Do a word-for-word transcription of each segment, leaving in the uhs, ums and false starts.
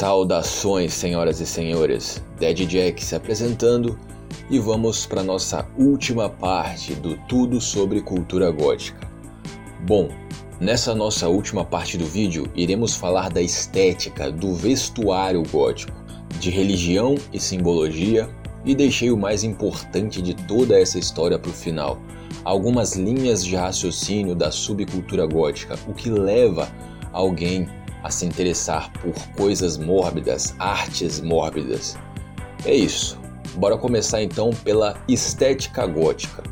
Saudações, senhoras e senhores, Daddy Jack se apresentando e vamos para nossa última parte do Tudo sobre Cultura Gótica. Bom, nessa nossa última parte do vídeo iremos falar da estética do vestuário gótico, de religião e simbologia, e deixei o mais importante de toda essa história para o final, algumas linhas de raciocínio da subcultura gótica, o que leva alguém a se interessar por coisas mórbidas, artes mórbidas. É isso. Bora começar então pela estética gótica.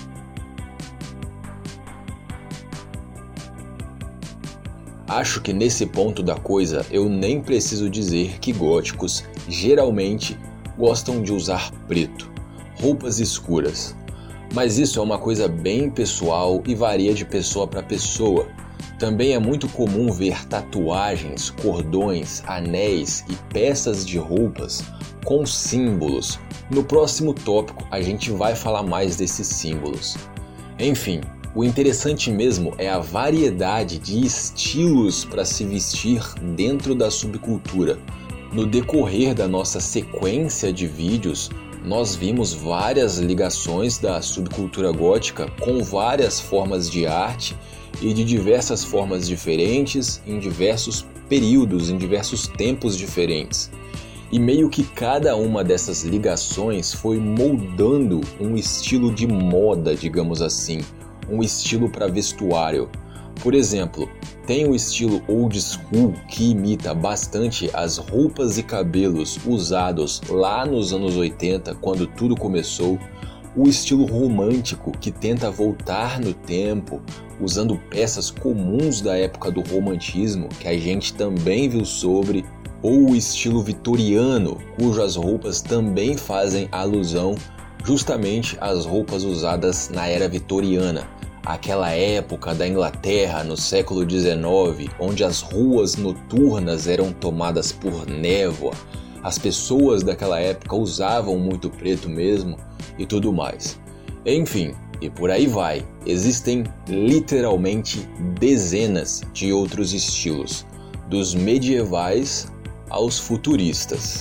Acho que nesse ponto da coisa eu nem preciso dizer que góticos geralmente gostam de usar preto, roupas escuras. Mas isso é uma coisa bem pessoal e varia de pessoa para pessoa. Também é muito comum ver tatuagens, cordões, anéis e peças de roupas com símbolos. No próximo tópico a gente vai falar mais desses símbolos. Enfim, o interessante mesmo é a variedade de estilos para se vestir dentro da subcultura. No decorrer da nossa sequência de vídeos, nós vimos várias ligações da subcultura gótica com várias formas de arte e de diversas formas diferentes, em diversos períodos, em diversos tempos diferentes. E meio que cada uma dessas ligações foi moldando um estilo de moda, digamos assim, um estilo para vestuário. Por exemplo, tem o estilo old school que imita bastante as roupas e cabelos usados lá nos anos oitenta, quando tudo começou. O estilo romântico, que tenta voltar no tempo, usando peças comuns da época do romantismo, que a gente também viu sobre, ou o estilo vitoriano, cujas roupas também fazem alusão justamente às roupas usadas na era vitoriana, aquela época da Inglaterra no século dezenove, onde as ruas noturnas eram tomadas por névoa, as pessoas daquela época usavam muito preto mesmo, e tudo mais. Enfim, e por aí vai, existem literalmente dezenas de outros estilos, dos medievais aos futuristas.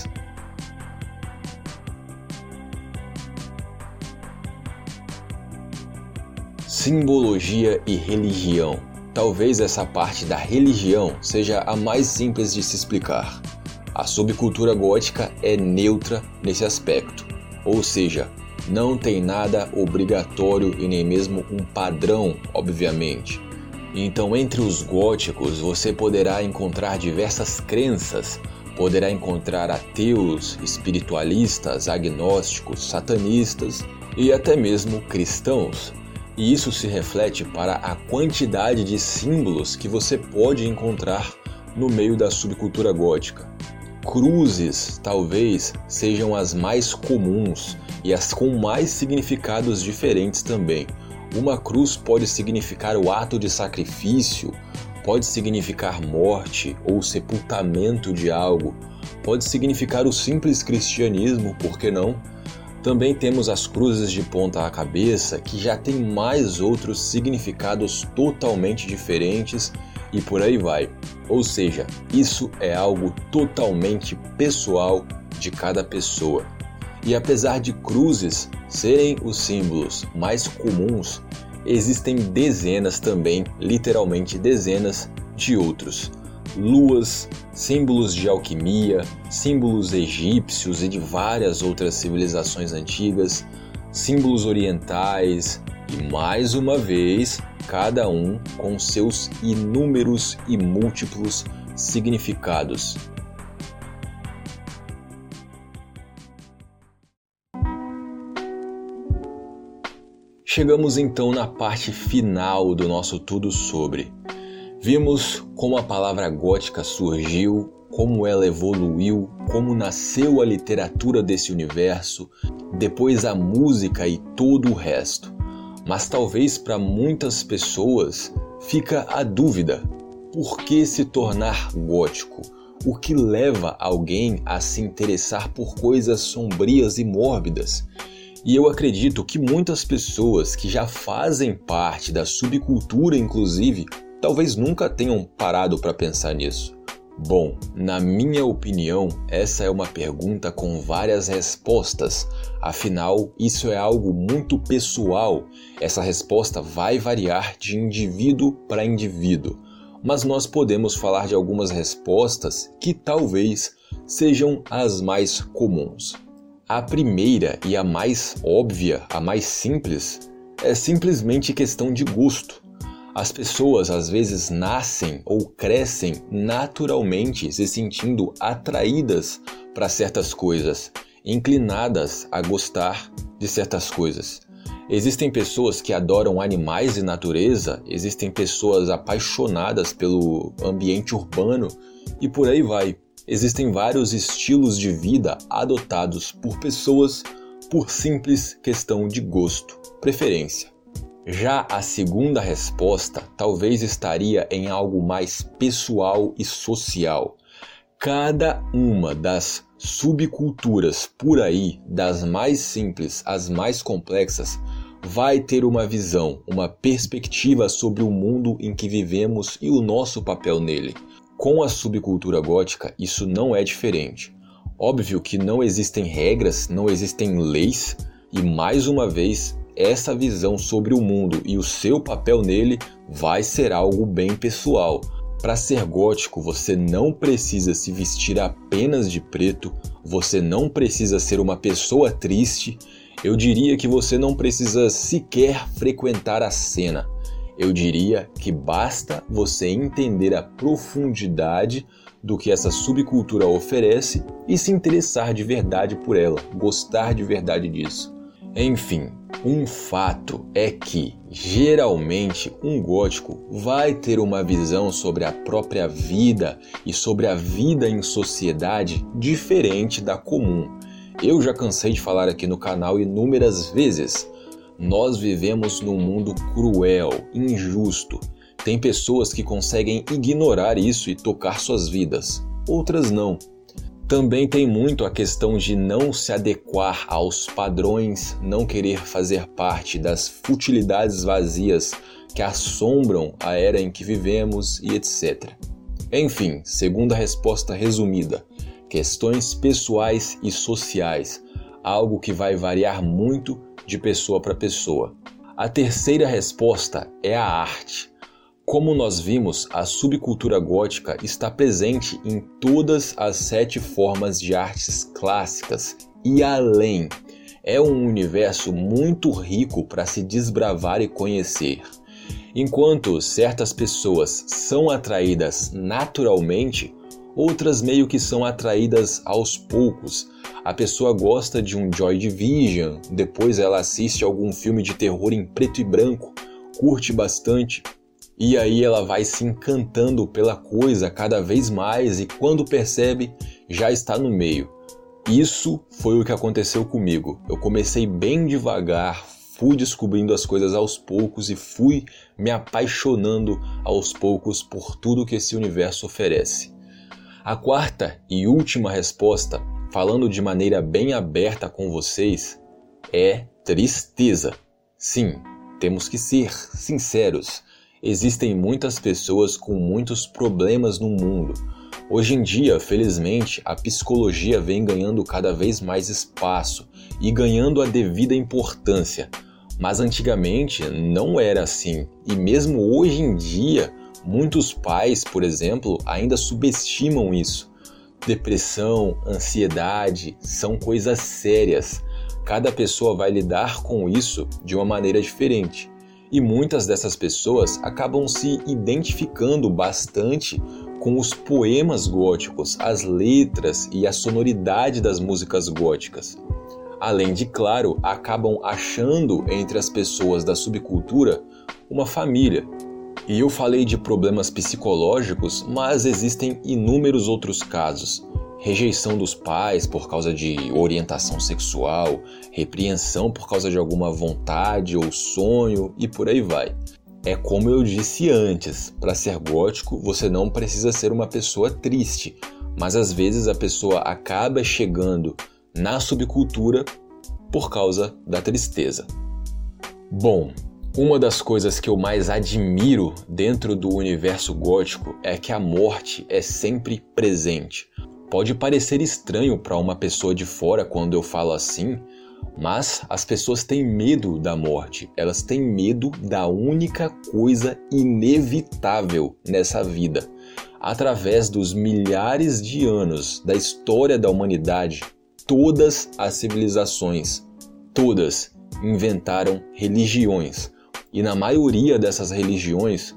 Simbologia e religião. Talvez essa parte da religião seja a mais simples de se explicar. A subcultura gótica é neutra nesse aspecto, ou seja, não tem nada obrigatório e nem mesmo um padrão, obviamente. Então, entre os góticos, você poderá encontrar diversas crenças, poderá encontrar ateus, espiritualistas, agnósticos, satanistas e até mesmo cristãos. E isso se reflete para a quantidade de símbolos que você pode encontrar no meio da subcultura gótica. Cruzes talvez sejam as mais comuns e as com mais significados diferentes também. Uma cruz pode significar o ato de sacrifício, pode significar morte ou sepultamento de algo, pode significar o simples cristianismo, por que não? Também temos as cruzes de ponta à cabeça, que já tem mais outros significados totalmente diferentes e por aí vai. Ou seja, isso é algo totalmente pessoal de cada pessoa. E apesar de cruzes serem os símbolos mais comuns, existem dezenas também, literalmente dezenas, de outros. Luas, símbolos de alquimia, símbolos egípcios e de várias outras civilizações antigas, símbolos orientais e, mais uma vez, cada um com seus inúmeros e múltiplos significados. Chegamos então na parte final do nosso Tudo Sobre. Vimos como a palavra gótica surgiu, como ela evoluiu, como nasceu a literatura desse universo, depois a música e todo o resto. Mas talvez para muitas pessoas fica a dúvida: por que se tornar gótico? O que leva alguém a se interessar por coisas sombrias e mórbidas? E eu acredito que muitas pessoas que já fazem parte da subcultura, inclusive, talvez nunca tenham parado para pensar nisso. Bom, na minha opinião, essa é uma pergunta com várias respostas. Afinal, isso é algo muito pessoal. Essa resposta vai variar de indivíduo para indivíduo. Mas nós podemos falar de algumas respostas que talvez sejam as mais comuns. A primeira e a mais óbvia, a mais simples, é simplesmente questão de gosto. As pessoas às vezes nascem ou crescem naturalmente se sentindo atraídas para certas coisas, inclinadas a gostar de certas coisas. Existem pessoas que adoram animais e natureza, existem pessoas apaixonadas pelo ambiente urbano e por aí vai. Existem vários estilos de vida adotados por pessoas por simples questão de gosto, preferência. Já a segunda resposta talvez estaria em algo mais pessoal e social. Cada uma das subculturas por aí, das mais simples às mais complexas, vai ter uma visão, uma perspectiva sobre o mundo em que vivemos e o nosso papel nele. Com a subcultura gótica, isso não é diferente. Óbvio que não existem regras, não existem leis, e mais uma vez, essa visão sobre o mundo e o seu papel nele vai ser algo bem pessoal. Para ser gótico, você não precisa se vestir apenas de preto, você não precisa ser uma pessoa triste, eu diria que você não precisa sequer frequentar a cena. Eu diria que basta você entender a profundidade do que essa subcultura oferece e se interessar de verdade por ela, gostar de verdade disso. Enfim, um fato é que, geralmente, um gótico vai ter uma visão sobre a própria vida e sobre a vida em sociedade diferente da comum. Eu já cansei de falar aqui no canal inúmeras vezes. Nós vivemos num mundo cruel, injusto. Tem pessoas que conseguem ignorar isso e tocar suas vidas, outras não. Também tem muito a questão de não se adequar aos padrões, não querer fazer parte das futilidades vazias que assombram a era em que vivemos e etcétera. Enfim, segunda resposta resumida, questões pessoais e sociais, algo que vai variar muito de pessoa para pessoa. A terceira resposta é a arte. Como nós vimos, a subcultura gótica está presente em todas as sete formas de artes clássicas e além. É um universo muito rico para se desbravar e conhecer. Enquanto certas pessoas são atraídas naturalmente, outras meio que são atraídas aos poucos. A pessoa gosta de um Joy Division, depois ela assiste algum filme de terror em preto e branco, curte bastante. E aí ela vai se encantando pela coisa cada vez mais e quando percebe, já está no meio. Isso foi o que aconteceu comigo. Eu comecei bem devagar, fui descobrindo as coisas aos poucos e fui me apaixonando aos poucos por tudo que esse universo oferece. A quarta e última resposta, falando de maneira bem aberta com vocês, é tristeza. Sim, temos que ser sinceros. Existem muitas pessoas com muitos problemas no mundo. Hoje em dia, felizmente, a psicologia vem ganhando cada vez mais espaço e ganhando a devida importância. Mas antigamente não era assim. E mesmo hoje em dia, muitos pais, por exemplo, ainda subestimam isso. Depressão, ansiedade são coisas sérias. Cada pessoa vai lidar com isso de uma maneira diferente. E muitas dessas pessoas acabam se identificando bastante com os poemas góticos, as letras e a sonoridade das músicas góticas. Além de, claro, acabam achando entre as pessoas da subcultura uma família. E eu falei de problemas psicológicos, mas existem inúmeros outros casos. Rejeição dos pais por causa de orientação sexual, repreensão por causa de alguma vontade ou sonho e por aí vai. É como eu disse antes, para ser gótico você não precisa ser uma pessoa triste, mas às vezes a pessoa acaba chegando na subcultura por causa da tristeza. Bom, Uma das coisas que eu mais admiro dentro do universo gótico é que a morte é sempre presente. Pode parecer estranho para uma pessoa de fora quando eu falo assim, mas as pessoas têm medo da morte. Elas têm medo da única coisa inevitável nessa vida. Através dos milhares de anos da história da humanidade, todas as civilizações, todas inventaram religiões. E na maioria dessas religiões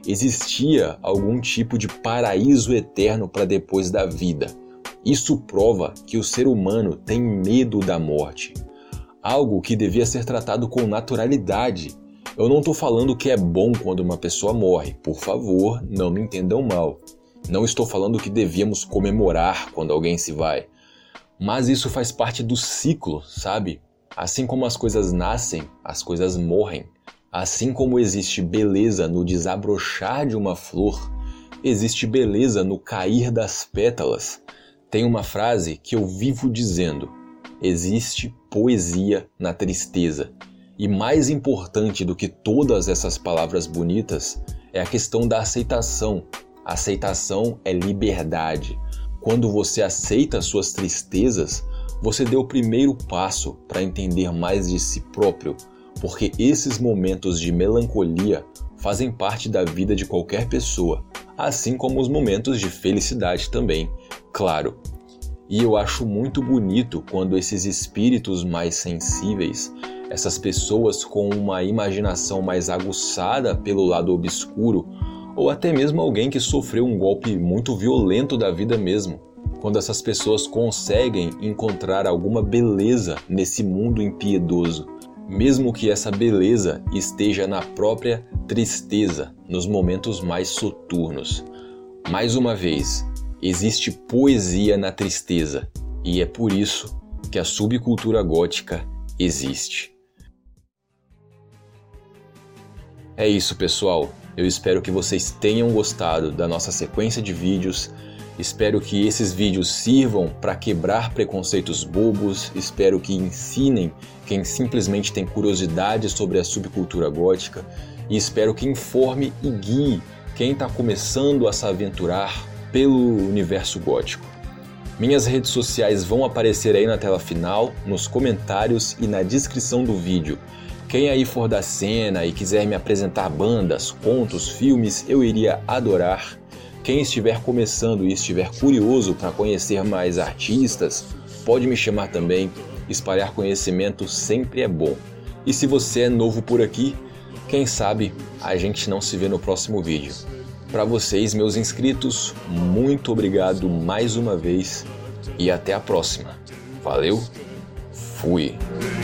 existia algum tipo de paraíso eterno para depois da vida. Isso prova que o ser humano tem medo da morte. Algo que devia ser tratado com naturalidade. Eu não estou falando que é bom quando uma pessoa morre. Por favor, não me entendam mal. Não estou falando que devíamos comemorar quando alguém se vai. Mas isso faz parte do ciclo, sabe? Assim como as coisas nascem, as coisas morrem. Assim como existe beleza no desabrochar de uma flor, existe beleza no cair das pétalas. Tem uma frase que eu vivo dizendo: existe poesia na tristeza. E mais importante do que todas essas palavras bonitas é a questão da aceitação. Aceitação é liberdade. Quando você aceita suas tristezas, você deu o primeiro passo para entender mais de si próprio. Porque esses momentos de melancolia fazem parte da vida de qualquer pessoa, assim como os momentos de felicidade também, claro. E eu acho muito bonito quando esses espíritos mais sensíveis, essas pessoas com uma imaginação mais aguçada pelo lado obscuro, ou até mesmo alguém que sofreu um golpe muito violento da vida mesmo, quando essas pessoas conseguem encontrar alguma beleza nesse mundo impiedoso. Mesmo que essa beleza esteja na própria tristeza, nos momentos mais soturnos. Mais uma vez, existe poesia na tristeza, e é por isso que a subcultura gótica existe. É isso, pessoal. Eu espero que vocês tenham gostado da nossa sequência de vídeos. Espero que esses vídeos sirvam para quebrar preconceitos bobos, espero que ensinem quem simplesmente tem curiosidade sobre a subcultura gótica e espero que informe e guie quem está começando a se aventurar pelo universo gótico. Minhas redes sociais vão aparecer aí na tela final, nos comentários e na descrição do vídeo. Quem aí for da cena e quiser me apresentar bandas, contos, filmes, eu iria adorar. Quem estiver começando e estiver curioso para conhecer mais artistas, pode me chamar também. Espalhar conhecimento sempre é bom. E se você é novo por aqui, quem sabe a gente não se vê no próximo vídeo. Para vocês, meus inscritos, muito obrigado mais uma vez e até a próxima. Valeu, fui!